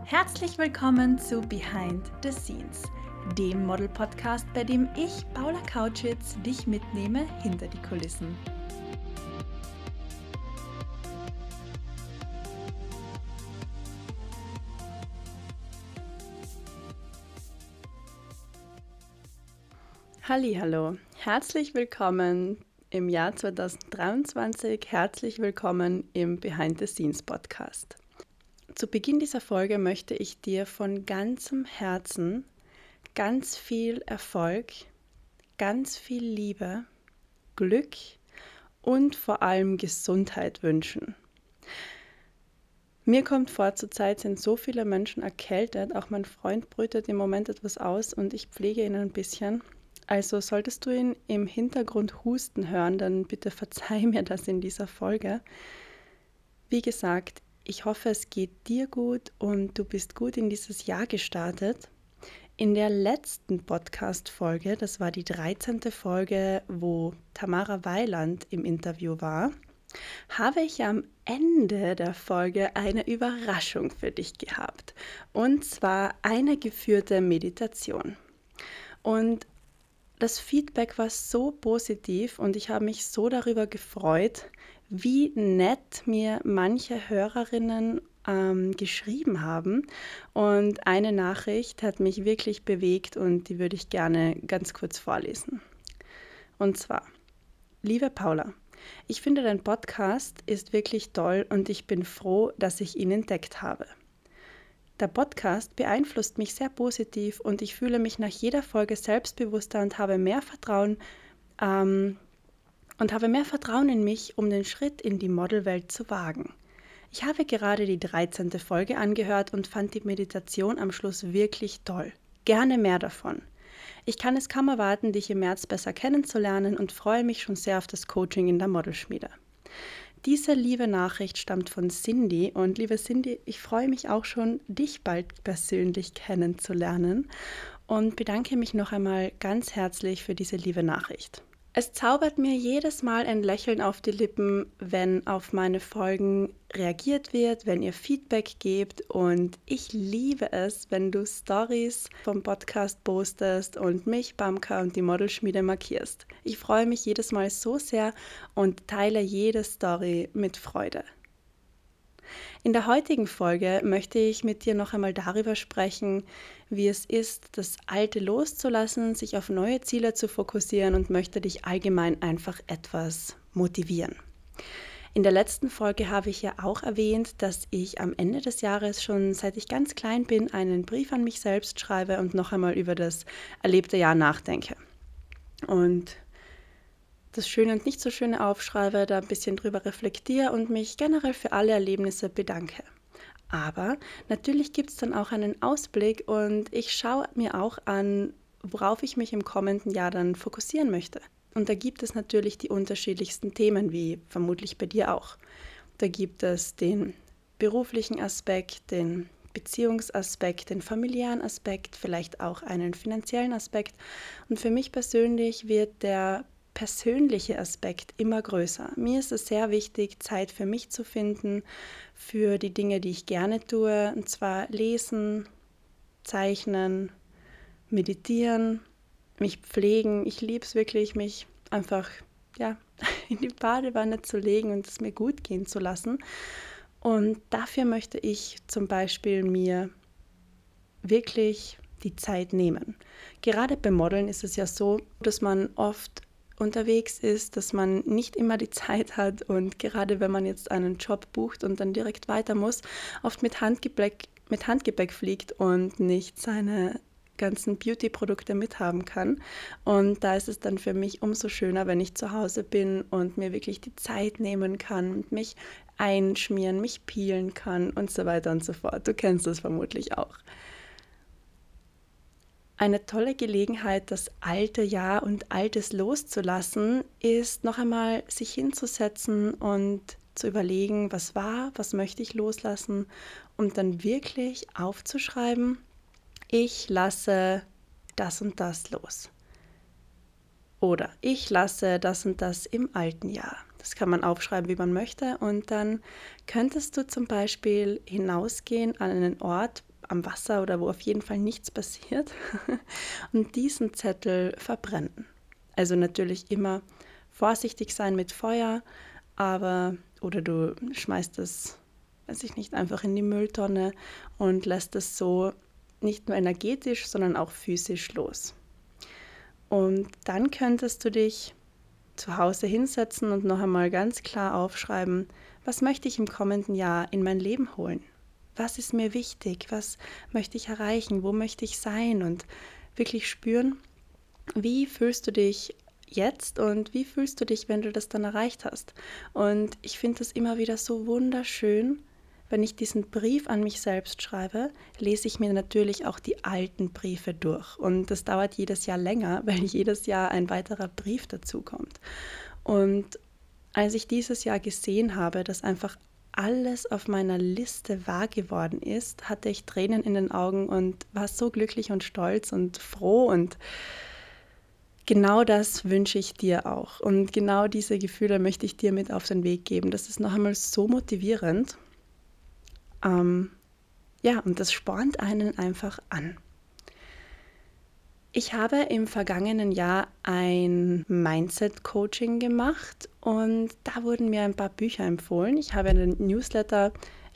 Herzlich willkommen zu Behind the Scenes, dem Model-Podcast, bei dem ich, Paula Kautschitz, dich mitnehme hinter die Kulissen. Hallihallo, herzlich willkommen im Jahr 2023, herzlich willkommen im Behind the Scenes Podcast. Zu Beginn dieser Folge möchte ich dir von ganzem Herzen ganz viel Erfolg, ganz viel Liebe, Glück und vor allem Gesundheit wünschen. Mir kommt vor, zurzeit sind so viele Menschen erkältet, auch mein Freund brütet im Moment etwas aus und ich pflege ihn ein bisschen. Also solltest du ihn im Hintergrund husten hören, dann bitte verzeih mir das in dieser Folge. Wie gesagt, ich hoffe, es geht dir gut und du bist gut in dieses Jahr gestartet. In der letzten Podcast-Folge, das war die 13. Folge, wo Tamara Weiland im Interview war, habe ich am Ende der Folge eine Überraschung für dich gehabt. Und zwar eine geführte Meditation. Und das Feedback war so positiv und ich habe mich so darüber gefreut, wie nett mir manche Hörerinnen geschrieben haben. Und eine Nachricht hat mich wirklich bewegt und die würde ich gerne ganz kurz vorlesen. Und zwar: Liebe Paula, ich finde, dein Podcast ist wirklich toll und ich bin froh, dass ich ihn entdeckt habe. Der Podcast beeinflusst mich sehr positiv und ich fühle mich nach jeder Folge selbstbewusster und habe mehr Vertrauen in mich, um den Schritt in die Modelwelt zu wagen. Ich habe gerade die 13. Folge angehört und fand die Meditation am Schluss wirklich toll. Gerne mehr davon. Ich kann es kaum erwarten, dich im März besser kennenzulernen und freue mich schon sehr auf das Coaching in der Modelschmiede. Diese liebe Nachricht stammt von Cindy und liebe Cindy, ich freue mich auch schon, dich bald persönlich kennenzulernen und bedanke mich noch einmal ganz herzlich für diese liebe Nachricht. Es zaubert mir jedes Mal ein Lächeln auf die Lippen, wenn auf meine Folgen reagiert wird, wenn ihr Feedback gebt und ich liebe es, wenn du Stories vom Podcast postest und mich, Bamka und die Modelschmiede markierst. Ich freue mich jedes Mal so sehr und teile jede Story mit Freude. In der heutigen Folge möchte ich mit dir noch einmal darüber sprechen, wie es ist, das Alte loszulassen, sich auf neue Ziele zu fokussieren und möchte dich allgemein einfach etwas motivieren. In der letzten Folge habe ich ja auch erwähnt, dass ich am Ende des Jahres schon, seit ich ganz klein bin, einen Brief an mich selbst schreibe und noch einmal über das erlebte Jahr nachdenke. Und das Schöne und nicht so Schöne aufschreibe, da ein bisschen drüber reflektiere und mich generell für alle Erlebnisse bedanke. Aber natürlich gibt es dann auch einen Ausblick und ich schaue mir auch an, worauf ich mich im kommenden Jahr dann fokussieren möchte. Und da gibt es natürlich die unterschiedlichsten Themen, wie vermutlich bei dir auch. Da gibt es den beruflichen Aspekt, den Beziehungsaspekt, den familiären Aspekt, vielleicht auch einen finanziellen Aspekt. Und für mich persönlich wird der persönliche Aspekt immer größer. Mir ist es sehr wichtig, Zeit für mich zu finden, für die Dinge, die ich gerne tue, und zwar lesen, zeichnen, meditieren, mich pflegen. Ich liebe es wirklich, mich einfach in die Badewanne zu legen und es mir gut gehen zu lassen. Und dafür möchte ich zum Beispiel mir wirklich die Zeit nehmen. Gerade beim Modeln ist es ja so, dass man oft unterwegs ist, dass man nicht immer die Zeit hat und gerade wenn man jetzt einen Job bucht und dann direkt weiter muss, oft mit Handgepäck fliegt und nicht seine ganzen Beauty-Produkte mithaben kann. Und da ist es dann für mich umso schöner, wenn ich zu Hause bin und mir wirklich die Zeit nehmen kann, mich einschmieren, mich peelen kann und so weiter und so fort. Du kennst das vermutlich auch. Eine tolle Gelegenheit, das alte Jahr und Altes loszulassen, ist noch einmal sich hinzusetzen und zu überlegen, was war, was möchte ich loslassen und dann wirklich aufzuschreiben, ich lasse das und das los. Oder ich lasse das und das im alten Jahr. Das kann man aufschreiben, wie man möchte und dann könntest du zum Beispiel hinausgehen an einen Ort, am Wasser oder wo auf jeden Fall nichts passiert und diesen Zettel verbrennen. Also natürlich immer vorsichtig sein mit Feuer, aber oder du schmeißt es, weiß ich nicht, einfach in die Mülltonne und lässt es so nicht nur energetisch, sondern auch physisch los. Und dann könntest du dich zu Hause hinsetzen und noch einmal ganz klar aufschreiben, was möchte ich im kommenden Jahr in mein Leben holen? Was ist mir wichtig? Was möchte ich erreichen? Wo möchte ich sein? Und wirklich spüren, wie fühlst du dich jetzt und wie fühlst du dich, wenn du das dann erreicht hast? Und ich finde das immer wieder so wunderschön. Wenn ich diesen Brief an mich selbst schreibe, lese ich mir natürlich auch die alten Briefe durch. Und das dauert jedes Jahr länger, weil jedes Jahr ein weiterer Brief dazukommt. Und als ich dieses Jahr gesehen habe, dass einfach alles auf meiner Liste wahr geworden ist, hatte ich Tränen in den Augen und war so glücklich und stolz und froh. Und genau das wünsche ich dir auch. Und genau diese Gefühle möchte ich dir mit auf den Weg geben. Das ist noch einmal so motivierend. Ja, und das spornt einen einfach an. Ich habe im vergangenen Jahr ein Mindset-Coaching gemacht und da wurden mir ein paar Bücher empfohlen. Ich habe den Newsletter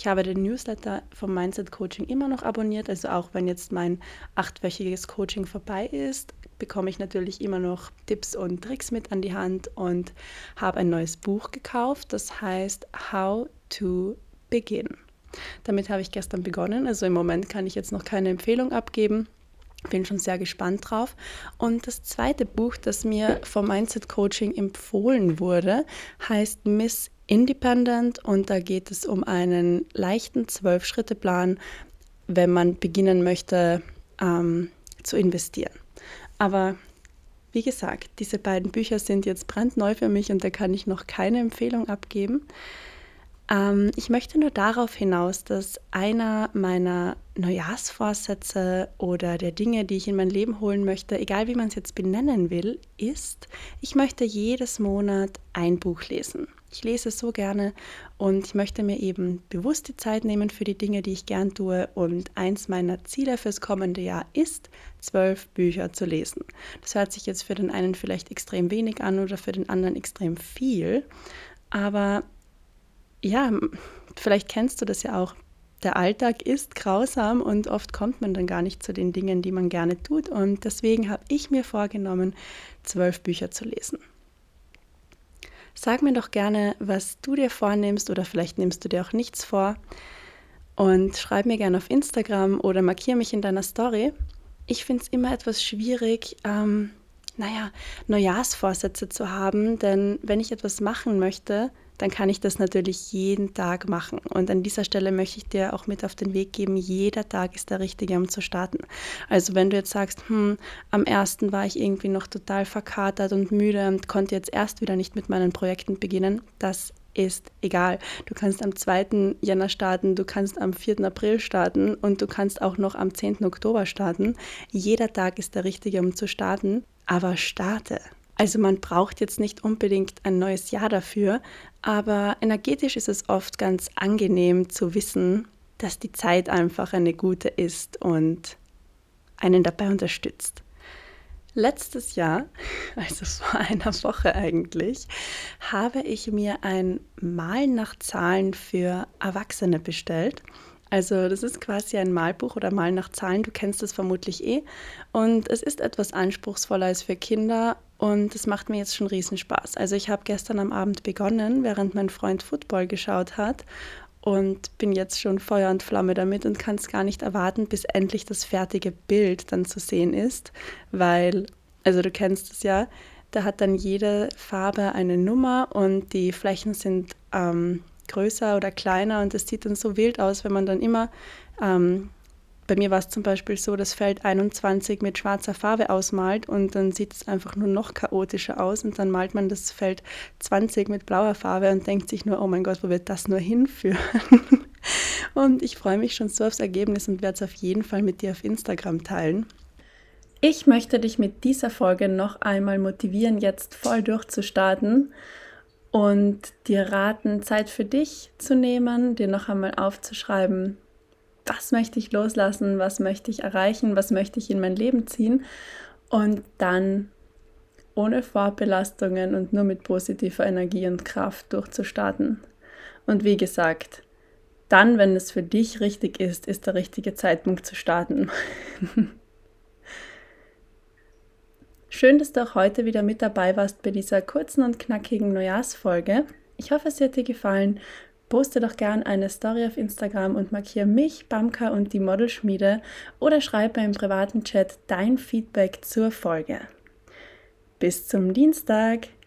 vom Mindset-Coaching immer noch abonniert. Also auch wenn jetzt mein 8-wöchiges Coaching vorbei ist, bekomme ich natürlich immer noch Tipps und Tricks mit an die Hand und habe ein neues Buch gekauft. Das heißt How to Begin. Damit habe ich gestern begonnen. Also im Moment kann ich jetzt noch keine Empfehlung abgeben. Bin schon sehr gespannt drauf. Und das zweite Buch, das mir vom Mindset Coaching empfohlen wurde, heißt Miss Independent und da geht es um einen leichten 12-Schritte-Plan, wenn man beginnen möchte zu investieren. Aber wie gesagt, diese beiden Bücher sind jetzt brandneu für mich und da kann ich noch keine Empfehlung abgeben. Ich möchte nur darauf hinaus, dass einer meiner Neujahrsvorsätze oder der Dinge, die ich in mein Leben holen möchte, egal wie man es jetzt benennen will, ist, ich möchte jedes Monat ein Buch lesen. Ich lese so gerne und ich möchte mir eben bewusst die Zeit nehmen für die Dinge, die ich gern tue. Und eins meiner Ziele fürs kommende Jahr ist, 12 Bücher zu lesen. Das hört sich jetzt für den einen vielleicht extrem wenig an oder für den anderen extrem viel, aber ja, vielleicht kennst du das ja auch. Der Alltag ist grausam und oft kommt man dann gar nicht zu den Dingen, die man gerne tut. Und deswegen habe ich mir vorgenommen, 12 Bücher zu lesen. Sag mir doch gerne, was du dir vornimmst oder vielleicht nimmst du dir auch nichts vor. Und schreib mir gerne auf Instagram oder markiere mich in deiner Story. Ich finde es immer etwas schwierig, Neujahrsvorsätze zu haben, denn wenn ich etwas machen möchte, dann kann ich das natürlich jeden Tag machen. Und an dieser Stelle möchte ich dir auch mit auf den Weg geben, jeder Tag ist der richtige, um zu starten. Also wenn du jetzt sagst, am 1. war ich irgendwie noch total verkatert und müde und konnte jetzt erst wieder nicht mit meinen Projekten beginnen, das ist egal. Du kannst am 2. Jänner starten, du kannst am 4. April starten und du kannst auch noch am 10. Oktober starten. Jeder Tag ist der richtige, um zu starten, aber starte. Also man braucht jetzt nicht unbedingt ein neues Jahr dafür, aber energetisch ist es oft ganz angenehm zu wissen, dass die Zeit einfach eine gute ist und einen dabei unterstützt. Letztes Jahr, also vor einer Woche eigentlich, habe ich mir ein Malen nach Zahlen für Erwachsene bestellt. Also das ist quasi ein Malbuch oder Malen nach Zahlen, du kennst das vermutlich eh. Und es ist etwas anspruchsvoller als für Kinder und es macht mir jetzt schon Riesenspaß. Also ich habe gestern am Abend begonnen, während mein Freund Football geschaut hat und bin jetzt schon Feuer und Flamme damit und kann es gar nicht erwarten, bis endlich das fertige Bild dann zu sehen ist, weil, also du kennst es ja, da hat dann jede Farbe eine Nummer und die Flächen sind größer oder kleiner und es sieht dann so wild aus, wenn man dann immer, bei mir war es zum Beispiel so, das Feld 21 mit schwarzer Farbe ausmalt und dann sieht es einfach nur noch chaotischer aus und dann malt man das Feld 20 mit blauer Farbe und denkt sich nur, oh mein Gott, wo wird das nur hinführen? Und ich freue mich schon so aufs Ergebnis und werde es auf jeden Fall mit dir auf Instagram teilen. Ich möchte dich mit dieser Folge noch einmal motivieren, jetzt voll durchzustarten und dir raten, Zeit für dich zu nehmen, dir noch einmal aufzuschreiben, was möchte ich loslassen, was möchte ich erreichen, was möchte ich in mein Leben ziehen und dann ohne Vorbelastungen und nur mit positiver Energie und Kraft durchzustarten. Und wie gesagt, dann, wenn es für dich richtig ist der richtige Zeitpunkt zu starten. Schön, dass du auch heute wieder mit dabei warst bei dieser kurzen und knackigen Neujahrsfolge. Ich hoffe, es hat dir gefallen. Poste doch gern eine Story auf Instagram und markiere mich, Bamka und die Modelschmiede oder schreibe im privaten Chat dein Feedback zur Folge. Bis zum Dienstag!